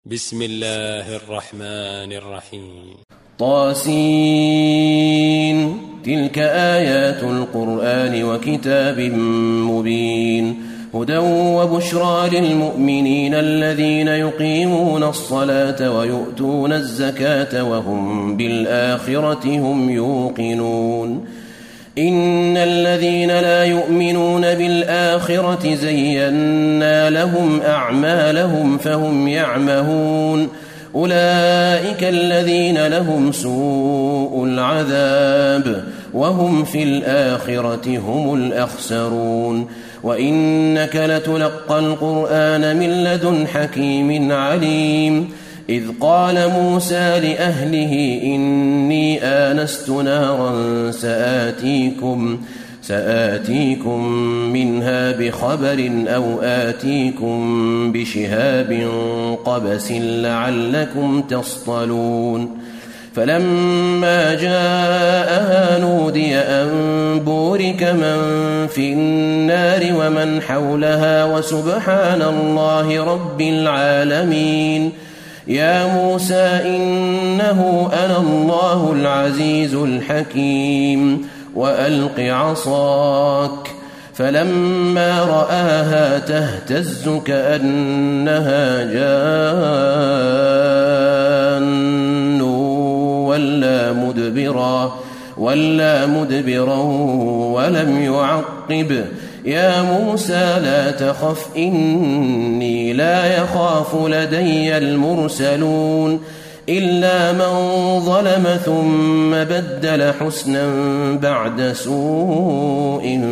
بسم الله الرحمن الرحيم. طاسين. تلك آيات القرآن وكتاب مبين، هدى وبشرى للمؤمنين الذين يقيمون الصلاة ويؤتون الزكاة وهم بالآخرة هم يوقنون. إن الذين لا يؤمنون بالآخرة زينا لهم أعمالهم فهم يعمهون، أولئك الذين لهم سوء العذاب وهم في الآخرة هم الأخسرون. وإنك لتلقى القرآن من لدن حكيم عليم. إذ قال موسى لأهله إني آنست نارا سآتيكم منها بخبر أو آتيكم بشهاب قبس لعلكم تصطلون. فلما جاءها نودي أن بورك من في النار ومن حولها وسبحان الله رب العالمين. يا موسى إنه أنا الله العزيز الحكيم وألق عصاك. فلما رآها تهتز كأنها جان ولا مدبرا ولم يعقب. يا موسى لا تخف إني لا يخاف لدي المرسلون. إلا من ظلم ثم بدل حسنا بعد سوء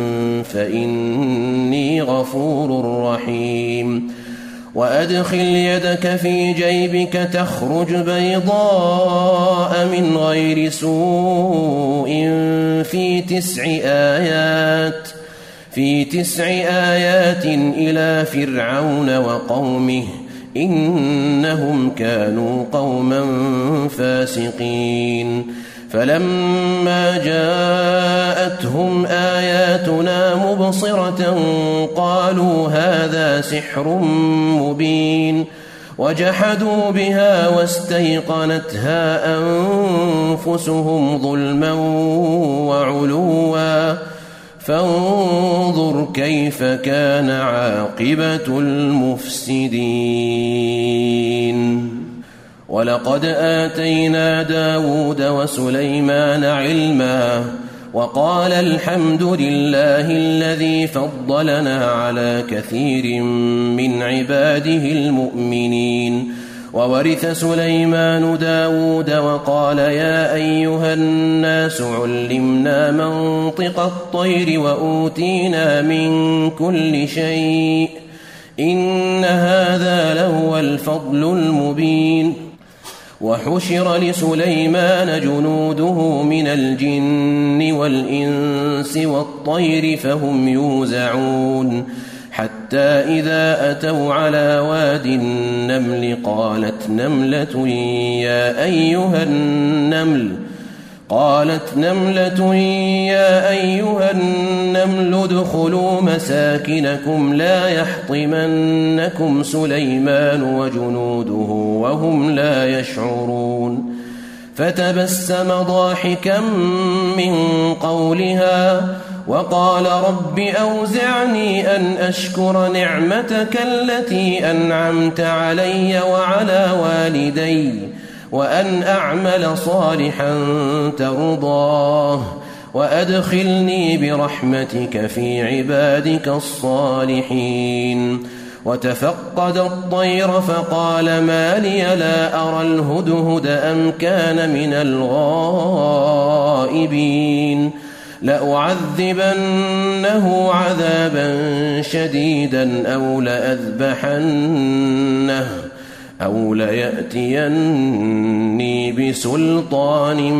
فإني غفور رحيم. وأدخل يدك في جيبك تخرج بيضاء من غير سوء في 9 آيات إلى فرعون وقومه إنهم كانوا قوما فاسقين. فلما جاءتهم آياتنا مبصرة قالوا هذا سحر مبين، وجحدوا بها واستيقنتها أنفسهم ظلما وعلوا فانظر كيف كان عاقبة المفسدين. ولقد آتينا داود وسليمان علما وقال الحمد لله الذي فضلنا على كثير من عباده المؤمنين. وورث سليمان داود وقال يا أيها الناس علمنا منطق الطير وأوتينا من كل شيء إن هذا لهو الفضل المبين. وحشر لسليمان جنوده من الجن والإنس والطير فهم يوزعون، حتى إذا أتوا على واد النمل قالت نملة يا أيها النمل ادخلوا مساكنكم لا يحطمنكم سليمان وجنوده وهم لا يشعرون. فتبسم ضاحكا من قولها وقال رب أوزعني أن أشكر نعمتك التي أنعمت علي وعلى والدي وأن أعمل صالحا ترضاه وأدخلني برحمتك في عبادك الصالحين. وتفقد الطير فقال ما لي لا أرى الهدهد أم كان من الغائبين. لأعذبنه عذابا شديدا أو ليأتيني بسلطان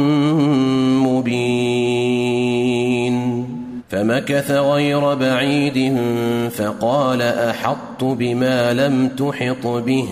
مبين. فمكث غير بعيد فقال أحطت بما لم تحط به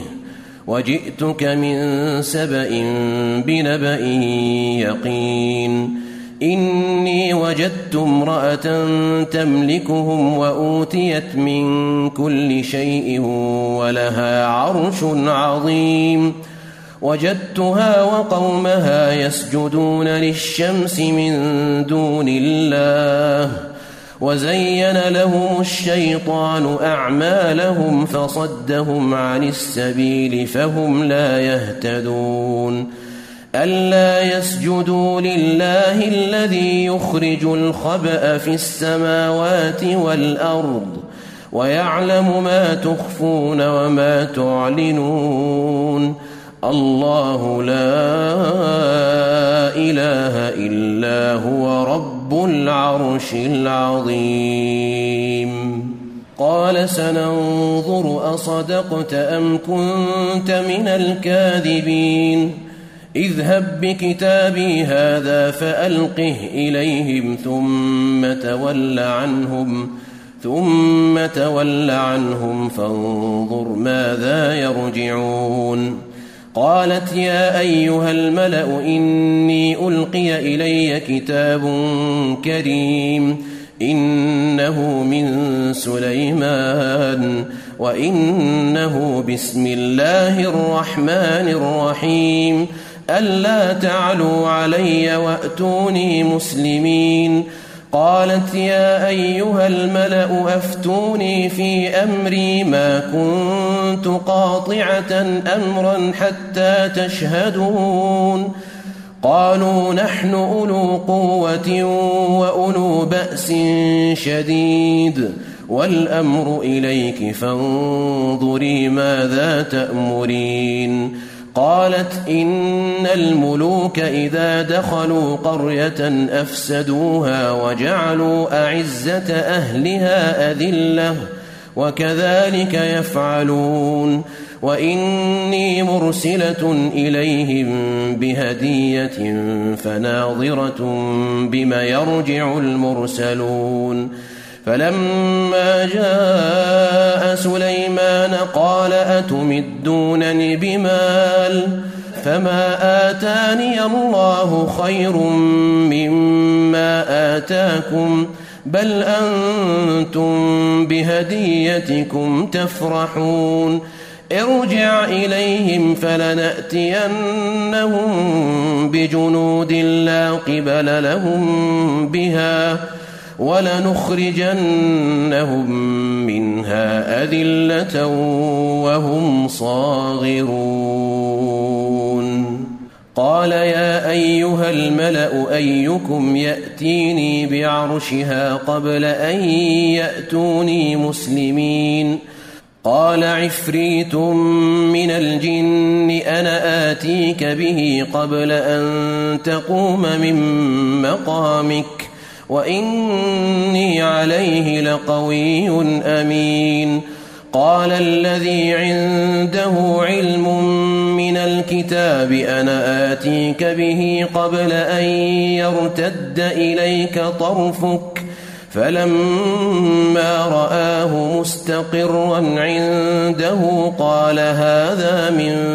وجئتك من سبأ بنبأ يقين. إني وجدت امرأة تملكهم وأوتيت من كل شيء ولها عرش عظيم وجدتها وقومها يسجدون للشمس من دون الله وزين لهم الشيطان أعمالهم فصدهم عن السبيل فهم لا يهتدون ألا يسجدوا لله الذي يخرج الخبأ في السماوات والأرض ويعلم ما تخفون وما تعلنون الله لا إله إلا هو رب العرش العظيم قال سننظر أصدقت أم كنت من الكاذبين اذهب بكتابي هذا فألقه إليهم ثم تول عنهم فانظر ماذا يرجعون قالت يا أيها الملأ إني ألقي إلي كتاب كريم إنه من سليمان وإنه بسم الله الرحمن الرحيم ألا تعلوا علي وأتوني مسلمين قالت يا أيها الملأ أفتوني في أمري ما كنت قاطعة أمرا حتى تشهدون قالوا نحن أولو قوة وأولو بأس شديد والأمر إليك فانظري ماذا تأمرين قالت إن الملوك إذا دخلوا قرية أفسدوها وجعلوا أعزة أهلها أذلة وكذلك يفعلون وإني مرسلة إليهم بهدية فناظرة بما يرجع المرسلون فلما جاء سليمان قال أتمدونني بمال فما آتاني الله خير مما آتاكم بل أنتم بهديتكم تفرحون ارجع إليهم فلنأتينهم بجنود لا قبل لهم بها ولنخرجنهم منها أذلة وهم صاغرون قال يا أيها الملأ أيكم يأتيني بعرشها قبل أن يأتوني مسلمين قال عفريت من الجن أنا آتيك به قبل أن تقوم من مقامك وإني عليه لقوي أمين قال الذي عنده علم من الكتاب أنا آتيك به قبل أن يرتد إليك طرفك فلما رآه مستقرا عنده قال هذا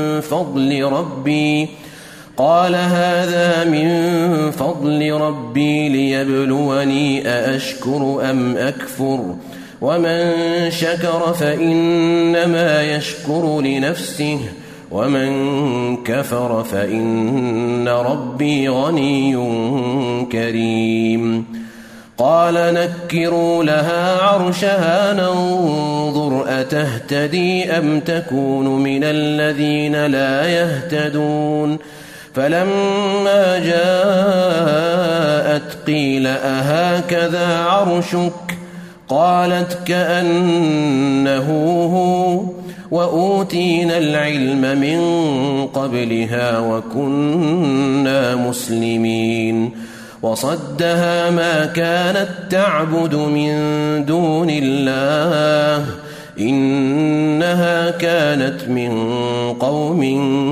من فضل ربي ليبلوني أأشكر أم أكفر ومن شكر فإنما يشكر لنفسه ومن كفر فإن ربي غني كريم قال نكروا لها عرشها ننظر أتهتدي أم تكون من الذين لا يهتدون فلما جاءت قيل أهكذا عرشك قالت كأنه هو وأوتينا العلم من قبلها وكنا مسلمين وصدها ما كانت تعبد من دون الله إنها كانت من قوم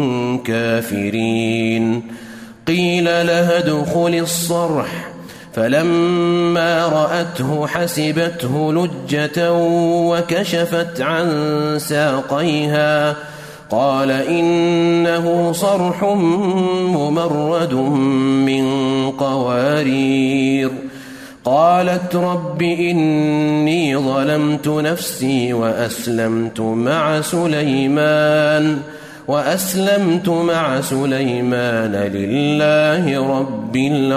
كافرين قيل لها ادخل الصرح فلما رأته حسبته لجة وكشفت عن ساقيها قال إنه صرح ممرد من قوارير. قالت رب إني ظلمت نفسي وأسلمت مع سليمان لله رب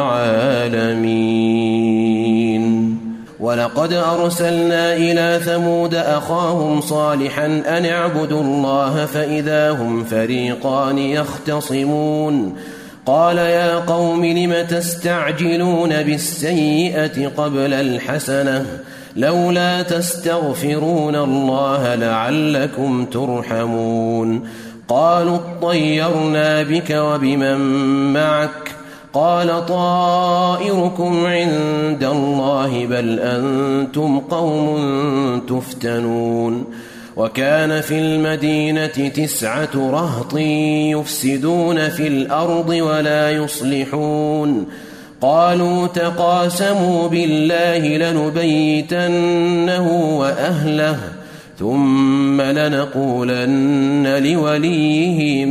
العالمين. ولقد أرسلنا إلى ثمود أخاهم صالحا أن اعبدوا الله فإذا هم فريقان يختصمون. قال يا قوم لم تستعجلون بالسيئة قبل الحسنة لولا تستغفرون الله لعلكم ترحمون. قالوا اطيرنا بك وبمن معك قال طائركم عند الله بل أنتم قوم تفتنون. وكان في المدينة 9 رهط يفسدون في الأرض ولا يصلحون. قالوا تقاسموا بالله لنبيتنه وأهله ثم لنقولن لوليه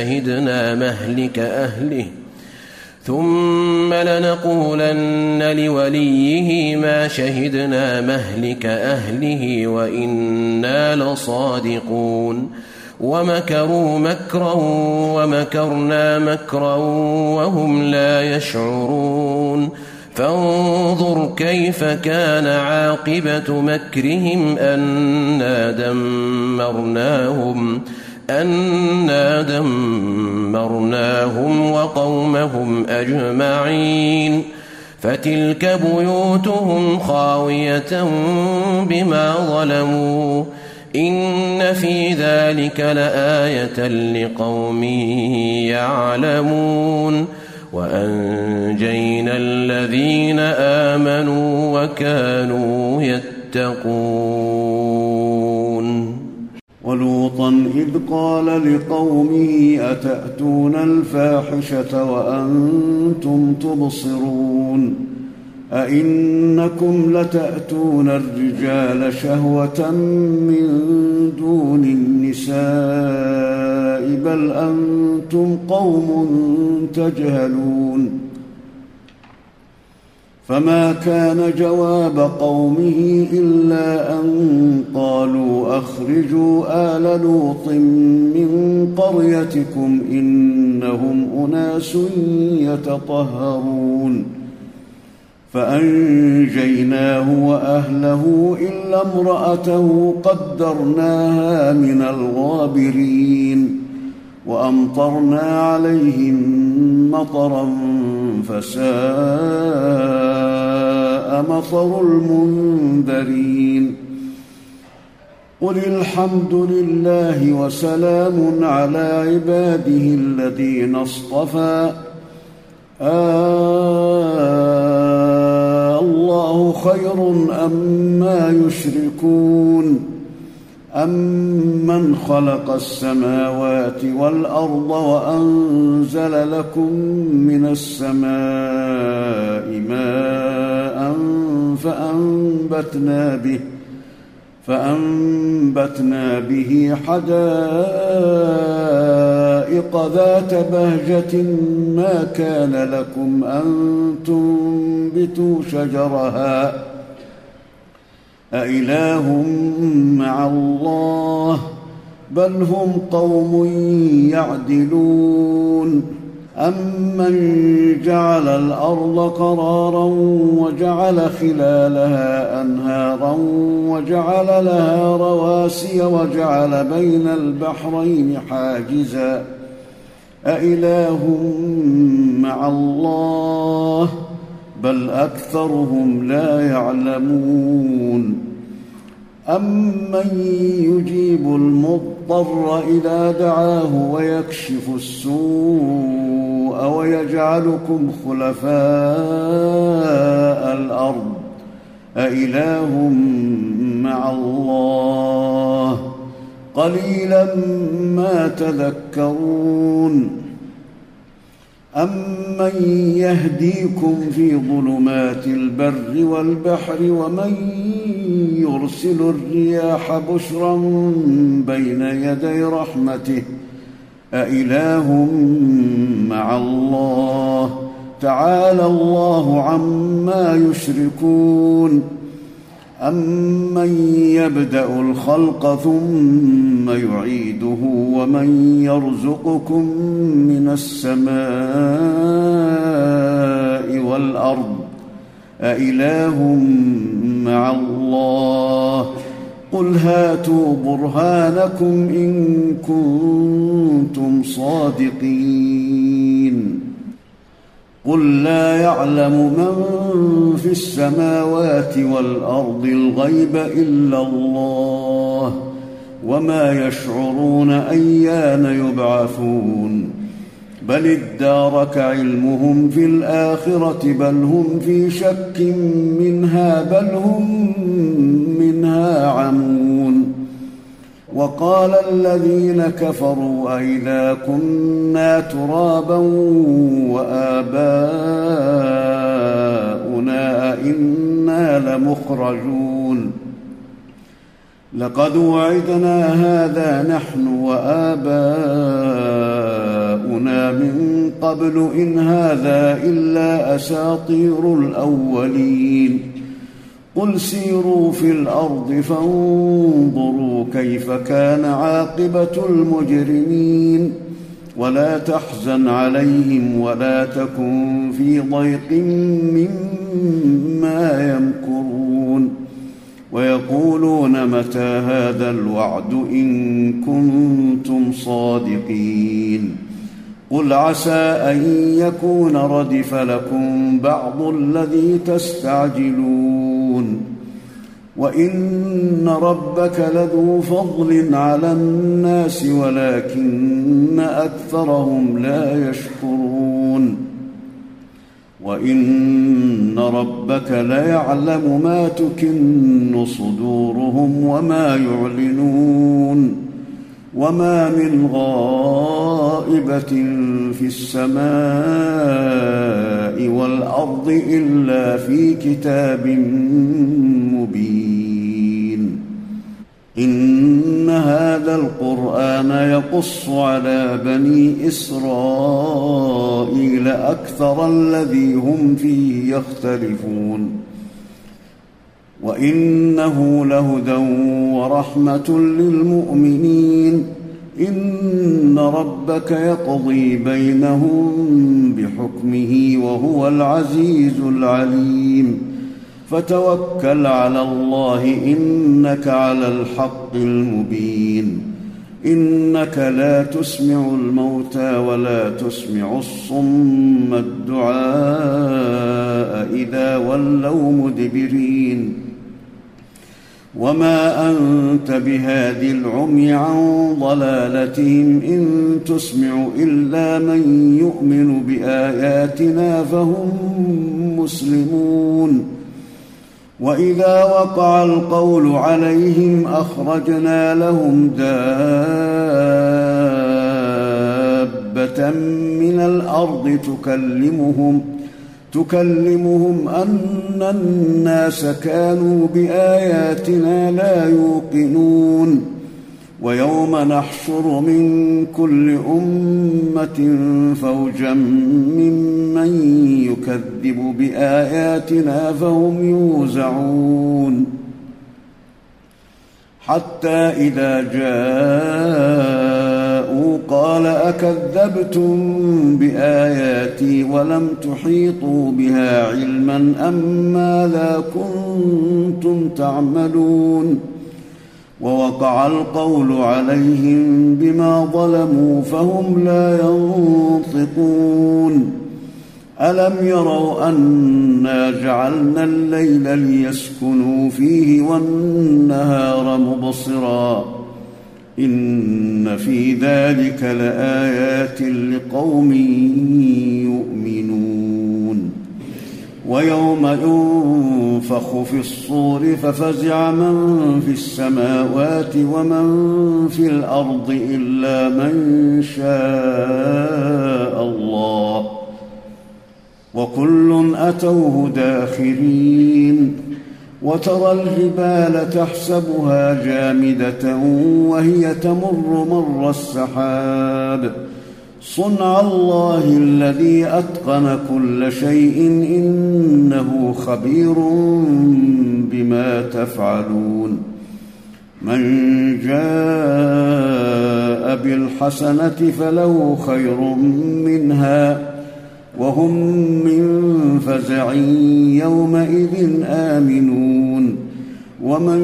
ما شهدنا مهلك أهله وإنا لصادقون. ومكروا مكرا ومكرنا مكرا وهم لا يشعرون. فانظر كيف كان عاقبة مكرهم أنا دمرناهم وقومهم أجمعين. فتلك بيوتهم خاوية بما ظلموا إن في ذلك لآية لقوم يعلمون. وأنجينا الذين آمنوا وكانوا يتقون. ولوطا إذ قال لقومه أتأتون الفاحشة وأنتم تبصرون أئنكم لتأتون الرجال شهوة من دون النساء بل أنتم قوم تجهلون. فما كان جواب قومه إلا أن قالوا أخرجوا آل لوط من قريتكم إنهم أناس يتطهرون. فأنجيناه وأهله إلا امرأته قدرناها من الغابرين. وأمطرنا عليهم مطرا فساء مطر المنذرين. قل الحمد لله وسلام على عباده الذين اصطفى الله خير أما يشركون أمن خلق السماوات والأرض وأنزل لكم من السماء ماء فأنبتنا به حدائق ذات بهجة ما كان لكم أن تنبتوا شجرها أإله مع الله بل هم قوم يعدلون. أمن جعل الأرض قرارا وجعل خلالها أنهارا وجعل لها رواسي وجعل بين البحرين حاجزا أإله مع الله بل أكثرهم لا يعلمون. أمن يجيب المضطر إذا دعاه ويكشف السوء ويجعلكم خلفاء الأرض أإله مع الله قليلا ما تذكرون. أمن يهديكم في ظلمات البر والبحر ومن يرسل الرياح بشرا بين يدي رحمته أإله مع الله تعالى الله عما يشركون أمن يبدأ الخلق ثم يعيده ومن يرزقكم من السماء والأرض أإله مع الله قل هاتوا برهانكم إن كنتم صادقين قل لا يعلم من في السماوات والأرض الغيب إلا الله وما يشعرون أيان يبعثون بل ادارك علمهم في الآخرة بل هم في شك منها بل هم منها عمون وقال الذين كفروا أئذا كنا ترابا وآباؤنا أئنا لمخرجون لقد وعدنا هذا نحن وآباؤنا من قبل إن هذا إلا أساطير الأولين قل سيروا في الأرض فانظروا كيف كان عاقبة المجرمين ولا تحزن عليهم ولا تكن في ضيق مما يمكرون ويقولون متى هذا الوعد إن كنتم صادقين قل عسى أن يكون ردف لكم بعض الذي تستعجلون وإن ربك لذو فضل على الناس ولكن أكثرهم لا يشكرون وإن ربك ليعلم ما تكن صدورهم وما يعلنون وما من غائبة في السماء والأرض إلا في كتاب مبين إن هذا القرآن يقص على بني إسرائيل أكثر الذي هم فيه يختلفون وإنه لهدى ورحمة للمؤمنين إن ربك يقضي بينهم بحكمه وهو العزيز العليم فتوكل على الله إنك على الحق المبين إنك لا تسمع الموتى ولا تسمع الصم الدعاء إذا ولوا مدبرين وما أنت بهاد العمي عن ضلالتهم إن تسمع إلا من يؤمن بآياتنا فهم مسلمون وإذا وقع القول عليهم أخرجنا لهم دابة من الأرض تكلمهم أن الناس كانوا بآياتنا لا يوقنون ويوم نحشر من كل أمة فوجا ممن يكذب بآياتنا فهم يوزعون حتى إذا جاءوا قال أكذبتم بآياتي ولم تحيطوا بها علما أم ماذا كنتم تعملون ووقع القول عليهم بما ظلموا فهم لا ينطقون ألم يروا أنا جعلنا الليل ليسكنوا فيه والنهار مبصرا إن في ذلك لآيات لقوم يؤمنون ويوم ينفخ في الصور ففزع من في السماوات ومن في الأرض إلا من شاء الله وكل أتوه داخرين وترى الجبال تحسبها جامدة وهي تمر مر السحاب صنع الله الذي أتقن كل شيء إنه خبير بما تفعلون من جاء بالحسنة فله خير منها وهم من فزع يومئذ آمنون ومن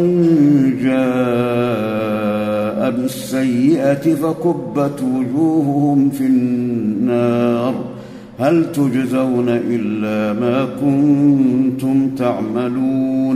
جاء بالسيئة فكبت وجوههم في النار هل تجزون إلا ما كنتم تعملون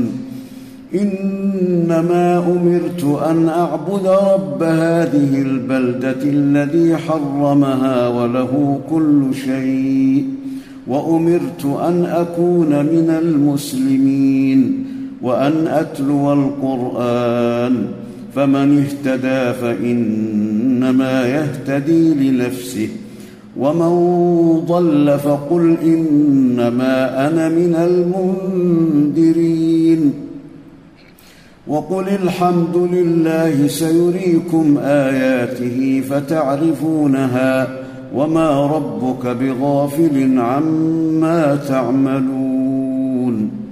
إنما أمرت أن أعبد رب هذه البلدة الذي حرمها وله كل شيء وأمرت أن أكون من المسلمين وأن أتلو القرآن فمن اهتدى فإنما يهتدي لنفسه ومن ضل فقل إنما أنا من المنذرين وقل الحمد لله سيريكم آياته فتعرفونها وما ربك بغافل عما تعملون